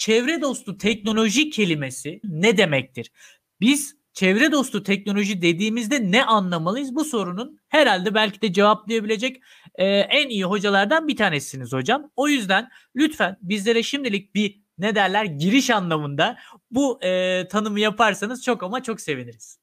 çevre dostu teknoloji kelimesi ne demektir? Biz çevre dostu teknoloji dediğimizde ne anlamalıyız? Bu sorunun herhalde belki de cevaplayabilecek en iyi hocalardan bir tanesiniz hocam. O yüzden lütfen bizlere şimdilik bir ne derler giriş anlamında bu tanımı yaparsanız çok ama çok seviniriz.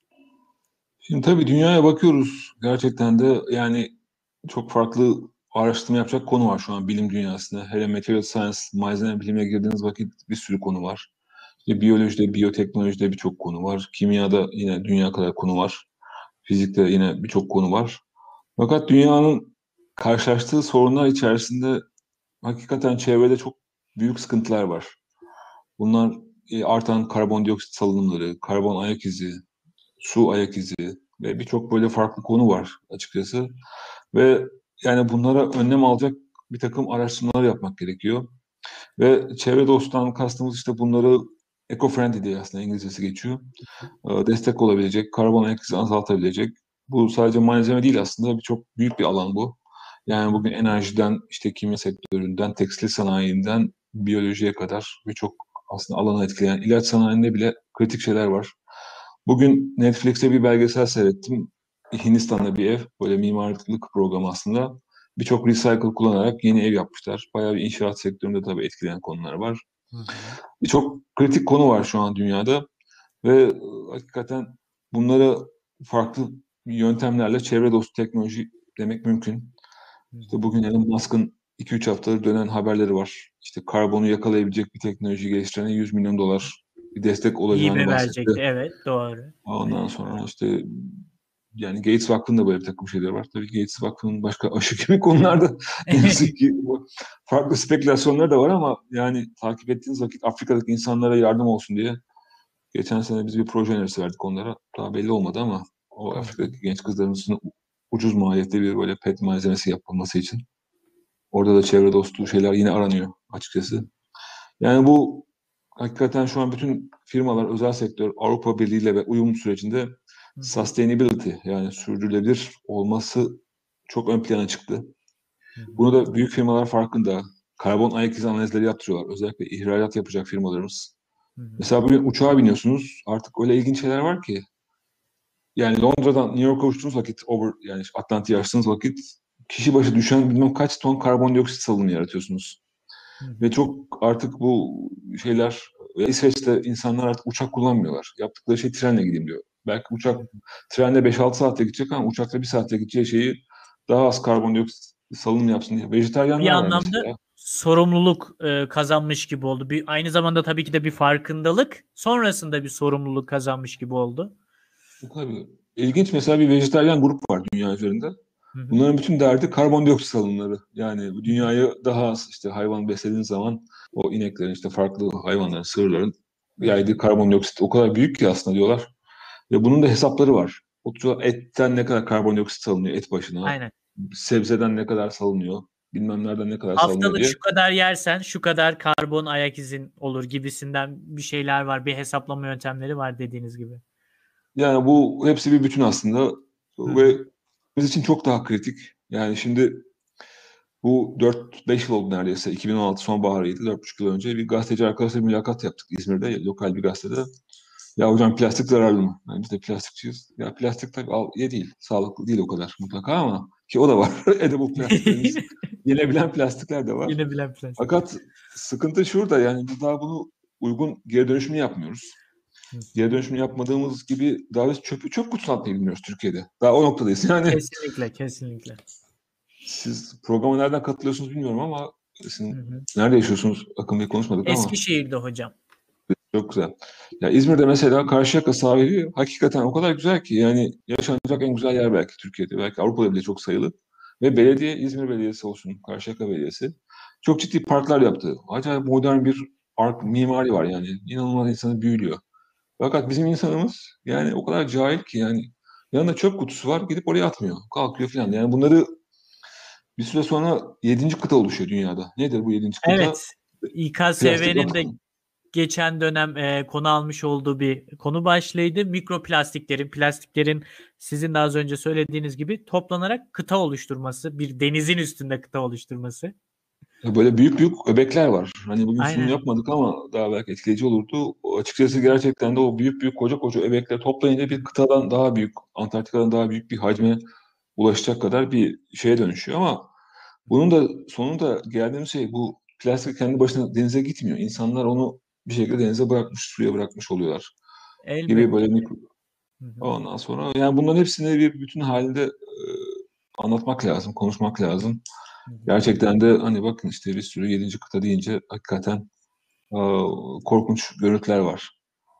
Şimdi tabii dünyaya bakıyoruz. Gerçekten de yani çok farklı araştırma yapacak konu var şu an bilim dünyasında. Hele material science, malzeme bilimine girdiğiniz vakit bir sürü konu var. İşte biyolojide, biyoteknolojide birçok konu var. Kimyada yine dünya kadar konu var. Fizikte yine birçok konu var. Fakat dünyanın karşılaştığı sorunlar içerisinde hakikaten çevrede çok büyük sıkıntılar var. Bunlar artan karbondioksit salınımları, karbon ayak izi, su ayak izi ve birçok böyle farklı konu var açıkçası. Ve yani bunlara önlem alacak bir takım araştırmalar yapmak gerekiyor. Ve çevre dosttan kastımız işte bunları eco-friendly diye aslında İngilizcesi geçiyor. Destek olabilecek, karbon ayak izini azaltabilecek. Bu sadece malzeme değil aslında çok büyük bir alan bu. Yani bugün enerjiden, işte kimya sektöründen, tekstil sanayinden biyolojiye kadar birçok aslında alanı etkileyen ilaç sanayinde bile kritik şeyler var. Bugün Netflix'te bir belgesel seyrettim. Hindistan'da bir ev, böyle mimarlık programı aslında. Birçok recycle kullanarak yeni ev yapmışlar. Bayağı bir inşaat sektöründe tabii etkileyen konular var. Birçok kritik konu var şu an dünyada ve hakikaten bunları farklı yöntemlerle çevre dostu teknoloji demek mümkün. İşte bugün Elon Musk'ın 2-3 haftadır dönen haberleri var. İşte karbonu yakalayabilecek bir teknoloji geliştirene 100 milyon dolar bir destek olacağını Hibe bahsetti. verecekti. Evet, doğru. Ondan sonra işte yani Gates Vakfı'nın da böyle bir takım şeyler var. Tabii Gates Vakfı'nın başka aşı gibi konularda ne yazık ki farklı spekülasyonları da var ama yani takip ettiğiniz vakit Afrika'daki insanlara yardım olsun diye geçen sene biz bir proje önerisi verdik onlara. Daha belli olmadı ama o Afrika'daki genç kızlarımızın ucuz maliyette bir böyle pet malzemesi yapılması için. Orada da çevre dostu şeyler yine aranıyor açıkçası. Yani bu hakikaten şu an bütün firmalar, özel sektör Avrupa Birliği ile ve uyum sürecinde sustainability yani sürdürülebilir olması çok ön plana çıktı. Bunu da büyük firmalar farkında. Karbon ayak izi analizleri yaptırıyorlar. Özellikle ihracat yapacak firmalarımız. Mesela bugün uçağa biniyorsunuz. Artık öyle ilginç şeyler var ki. Yani Londra'dan New York'a uçtuğunuz vakit, yani Atlantik'i aştığınız vakit kişi başı düşen bilmem kaç ton karbondioksit salınımı yaratıyorsunuz. Ve çok artık bu şeyler İsveç'te insanlar artık uçak kullanmıyorlar. Yaptıkları şey trenle gideyim diyor. Belki uçak trenle 5-6 saatte gidecek ama uçakla 1 saatte gideceği şeyi daha az karbondioksit salınım yapsın diye. Bir Vejetaryenler var anlamda mesela. sorumluluk kazanmış gibi oldu. Aynı zamanda tabii ki de bir farkındalık, sonrasında bir sorumluluk kazanmış gibi oldu. Tabii. İlginç mesela bir vejetaryen grup var dünya üzerinde. Bunların bütün derdi karbondioksit salınımları. Yani dünyayı daha az işte hayvan beslediğin zaman o ineklerin işte farklı hayvanların, sığırların yaydığı karbondioksit o kadar büyük ki aslında diyorlar. Ve bunun da hesapları var. Etten ne kadar karbondioksit salınıyor et başına. Aynen. Sebzeden ne kadar salınıyor. Bilmem nereden ne kadar salınıyor Haftalık diye. şu kadar yersen şu kadar karbon ayak izin olur gibisinden bir şeyler var. Bir hesaplama yöntemleri var dediğiniz gibi. Yani bu hepsi bir bütün aslında. Ve biz için çok daha kritik. Yani şimdi bu 4-5 yıl oldu neredeyse. 2016 sonbaharıydı. 4,5 yıl önce bir gazeteci arkadaşla mülakat yaptık İzmir'de, lokal bir gazetede. Ya hocam plastik zararlı mı? Yani biz de plastikçiyiz. Ya plastik tabii iyi değil. Sağlıklı değil o kadar mutlaka ama ki o da var. Edible plastiklerimiz. Yenebilen plastikler de var. Yine bilen plastik. Fakat sıkıntı şurada yani biz daha bunu uygun geri dönüşümünü yapmıyoruz. Geri dönüşümünü yapmadığımız gibi daha biz çöp kutusuna atmayı bilmiyoruz Türkiye'de. Daha o noktadayız yani. Kesinlikle, kesinlikle. Siz programa nereden katılıyorsunuz bilmiyorum ama sizin nerede yaşıyorsunuz? Akın Bey konuşmadık ama. Eskişehir'de hocam. Çok güzel. Ya İzmir'de mesela Karşıyaka sahili hakikaten o kadar güzel ki yani yaşanacak en güzel yer belki Türkiye'de. Belki Avrupa'da bile çok sayılı. Ve belediye, İzmir Belediyesi olsun, Karşıyaka Belediyesi çok ciddi parklar yaptı. Acayip modern bir park mimari var yani. İnanılmaz insanı büyülüyor. Fakat bizim insanımız yani o kadar cahil ki yani yanında çöp kutusu var gidip oraya atmıyor. Kalkıyor falan. Yani bunları bir süre sonra 7. kıta oluşuyor dünyada. Nedir bu 7. kıta? Evet. Plastik İKSV'nin de geçen dönem konu almış olduğu bir konu başlığıydı. Plastiklerin sizin de az önce söylediğiniz gibi toplanarak kıta oluşturması, bir denizin üstünde kıta oluşturması. Böyle büyük büyük öbekler var. Hani bugün sunum Aynen. yapmadık ama daha belki etkileyici olurdu. Açıkçası gerçekten de o büyük büyük koca koca öbekler toplayınca bir kıtadan daha büyük, Antarktika'dan daha büyük bir hacme ulaşacak kadar bir şeye dönüşüyor ama bunun da sonunda geldiğimiz şey bu plastik kendi başına denize gitmiyor. İnsanlar onu bir şekilde denize bırakmış, suya bırakmış oluyorlar gibi böyle Elbette ki. Hı hı. ondan sonra yani bunların hepsini bir bütün halinde anlatmak lazım, konuşmak lazım. Hı hı. Gerçekten de hani bakın işte bir sürü yedinci kıta deyince hakikaten e, korkunç görüntüler var.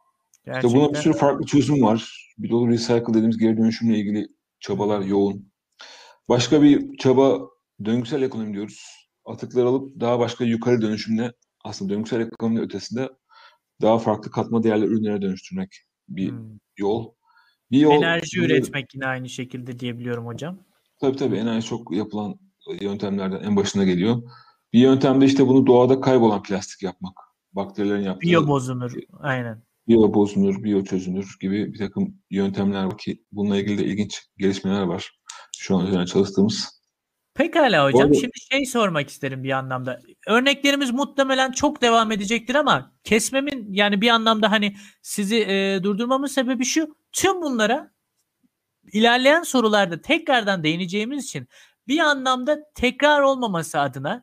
İşte buna bir Gerçekten sürü öyle. farklı çözüm var. Bir dolu recycle dediğimiz geri dönüşümle ilgili Hı çabalar hı. yoğun. Başka bir çaba döngüsel ekonomi diyoruz. Atıkları alıp daha başka yukarı dönüşümle aslında döngüsel ekonominin ötesinde daha farklı katma değerli ürünlere dönüştürmek bir Hı. yol. Bir yol Enerji böyle üretmek yine aynı şekilde diyebiliyorum hocam. tabii enerji çok yapılan yöntemlerden en başına geliyor. Bir yöntem de işte bunu doğada kaybolan plastik yapmak. Bakterilerin Biyo yaptığı bozunur. Aynen. biyo bozunur, biyo çözünür gibi bir takım yöntemler var ki bununla ilgili de ilginç gelişmeler var. Şu an üzerine çalıştığımız. Pekala Bu hocam. arada Şimdi şey sormak isterim bir anlamda. Örneklerimiz muhtemelen çok devam edecektir ama kesmemin yani bir anlamda hani sizi durdurmamın sebebi şu. Tüm bunlara ilerleyen sorularda tekrardan değineceğimiz için bir anlamda tekrar olmaması adına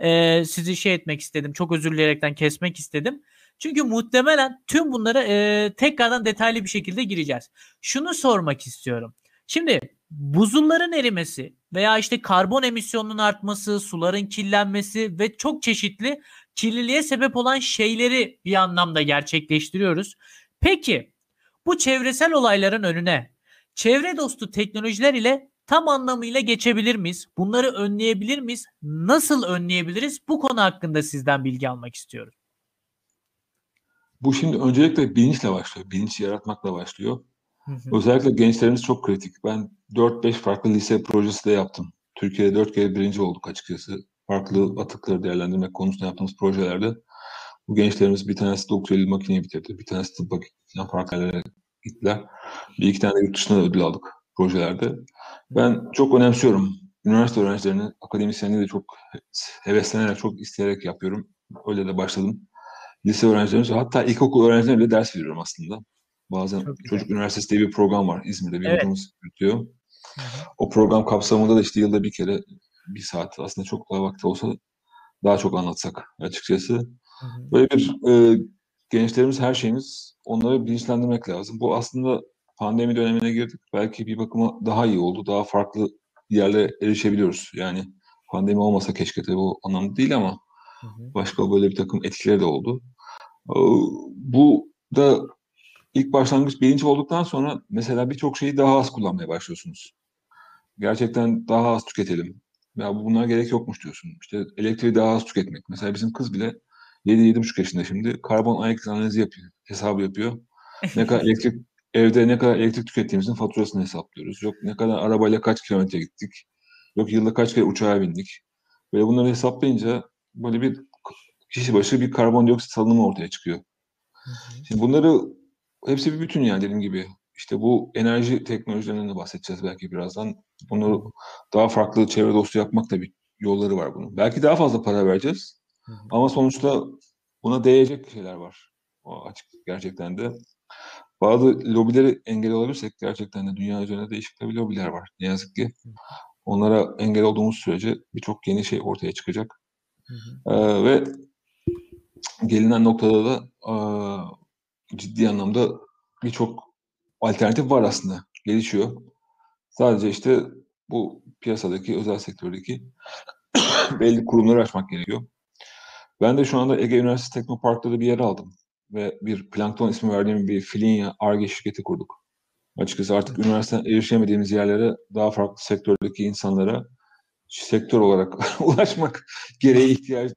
sizi şey etmek istedim. Çok özür dileyerekten kesmek istedim. Çünkü muhtemelen tüm bunlara tekrardan detaylı bir şekilde gireceğiz. Şunu sormak istiyorum. Şimdi buzulların erimesi veya işte karbon emisyonunun artması, suların kirlenmesi ve çok çeşitli kirliliğe sebep olan şeyleri bir anlamda gerçekleştiriyoruz. Peki bu çevresel olayların önüne çevre dostu teknolojiler ile tam anlamıyla geçebilir miyiz? Bunları önleyebilir miyiz? Nasıl önleyebiliriz? Bu konu hakkında sizden bilgi almak istiyorum. bu şimdi öncelikle bilinçle başlıyor. Bilinç yaratmakla başlıyor. Hı hı. Özellikle gençlerimiz çok kritik. Ben 4-5 farklı lise projesi de yaptım. Türkiye'de 4 kere birinci olduk açıkçası. Hı hı. Farklı atıkları değerlendirmek konusunda yaptığımız projelerde. Bu gençlerimiz bir tanesi doktor makineyi bitirdi. Bir tanesi tıbba gittiler, farklı yerlere gittiler. Bir iki tane de yurt dışında ödül aldık projelerde. Ben çok önemsiyorum. Üniversite öğrencilerini, akademisyenliği de çok heveslenerek, çok isteyerek yapıyorum. Öyle de başladım. Lise öğrencilerimiz, hatta ilkokul öğrencilerine bile ders veriyorum aslında. Bazen Çok güzel. Çocuk Üniversitesi diye bir program var. İzmir'de bir Evet. hocamız yürütüyor. Hı hı. O program kapsamında da işte yılda bir kere bir saat aslında çok daha vakti olsa daha çok anlatsak açıkçası. Hı hı. Böyle bir gençlerimiz her şeyimiz onları bilinçlendirmek lazım. Bu aslında pandemi dönemine girdik. Belki bir bakıma daha iyi oldu. Daha farklı yerlere erişebiliyoruz. Yani pandemi olmasa keşke tabii o anlamda değil ama Hı hı. başka böyle bir takım etkileri de oldu. Bu da ilk başlangıç bilinç olduktan sonra mesela birçok şeyi daha az kullanmaya başlıyorsunuz. Gerçekten daha az tüketelim. Ya bunlara gerek yokmuş diyorsun. İşte elektriği daha az tüketmek. Mesela bizim kız bile 7-7,5 yaşında şimdi karbon ayak izi analizi yapıyor. Hesabı yapıyor. Ne kadar elektrik evde ne kadar elektrik tükettiğimizin faturasını hesaplıyoruz. Yok ne kadar arabayla kaç kilometre gittik. Yok yılda kaç kere uçağa bindik. Böyle bunları hesaplayınca böyle bir kişi başı bir karbondioksit salınımı ortaya çıkıyor. Hı hı. Şimdi bunları hepsi bir bütün yani dediğim gibi. İşte bu enerji teknolojilerinden de bahsedeceğiz belki birazdan. Hı Bunu hı. daha farklı çevre dostu yapmak da bir yolları var bunun. Belki daha fazla para vereceğiz. Hı hı. Ama sonuçta buna değecek şeyler var. O açık gerçekten de. Bazı lobileri engel olabilirsek gerçekten de dünya üzerinde değişik bir lobiler var. Ne yazık ki. Onlara engel olduğumuz sürece birçok yeni şey ortaya çıkacak. Hı hı. Ve gelinen noktada da ciddi anlamda birçok alternatif var aslında. Gelişiyor. Sadece işte bu piyasadaki, özel sektördeki belli kurumları açmak gerekiyor. Ben de şu anda Ege Üniversitesi Teknopark'ta da bir yer aldım. Ve bir Plankton ismi verdiğim bir Filinya Ar-Ge şirketi kurduk. Açıkçası artık üniversiteden erişemediğimiz yerlere daha farklı sektördeki insanlara sektör olarak ulaşmak gereği ihtiyaç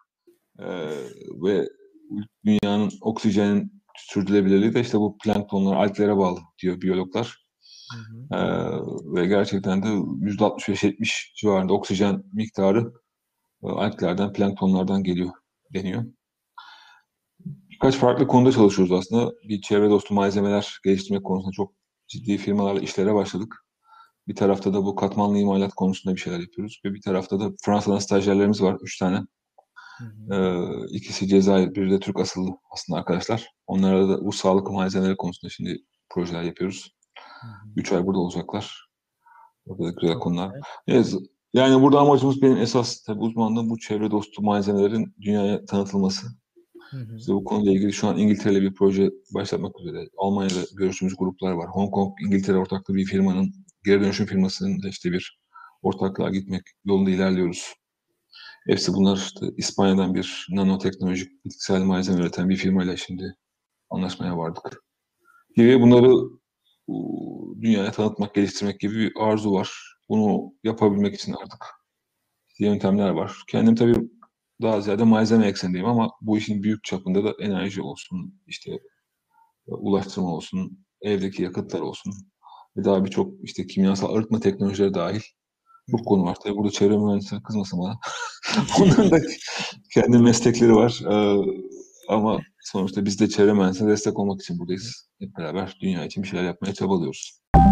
ve dünyanın oksijenin sürdürülebilirliği de işte bu planktonlar, alglere bağlı diyor biyologlar. Hı hı. Ee, ve gerçekten de %65-70 civarında oksijen miktarı alglerden, planktonlardan geliyor deniyor. Birkaç farklı konuda çalışıyoruz aslında. Bir çevre dostu malzemeler geliştirmek konusunda çok ciddi firmalarla işlere başladık. Bir tarafta da bu katmanlı imalat konusunda bir şeyler yapıyoruz. Ve bir tarafta da Fransa'dan stajyerlerimiz var. 3 tane. Hı hı. İkisi Cezayir, biri de Türk asıllı aslında arkadaşlar. Onlara da bu sağlık malzemeleri konusunda şimdi projeler yapıyoruz. Hı hı. 3 ay burada olacaklar. Orada da güzel Çok konular. güzel. Evet, yani burada amacımız benim esas tabii uzmanlığım bu çevre dostu malzemelerin dünyaya tanıtılması. Hı hı. İşte bu konuyla ilgili şu an İngiltere'yle bir proje başlatmak üzere. Almanya'da görüştüğümüz gruplar var. Hong Kong, İngiltere ortaklı bir firmanın, geri dönüşüm firmasının da işte bir ortaklığa gitmek yolunda ilerliyoruz. Hepsi bunlar işte İspanya'dan bir nanoteknolojik bitkisel malzeme üreten bir firmayla şimdi anlaşmaya vardık. Gibi bunları dünyaya tanıtmak, geliştirmek gibi bir arzu var. Bunu yapabilmek için artık yöntemler var. Kendim tabii daha ziyade malzeme eksenindeyim ama bu işin büyük çapında da enerji olsun, işte ulaştırma olsun, evdeki yakıtlar olsun ve daha birçok işte kimyasal arıtma teknolojileri dahil Hı çok hı. konu var. Tabii burada çevre mühendisleri kızmasın bana. Onların da kendi meslekleri var. Ama sonuçta biz de çevre mühendisine destek olmak için buradayız. Hep beraber dünya için bir şeyler yapmaya çabalıyoruz.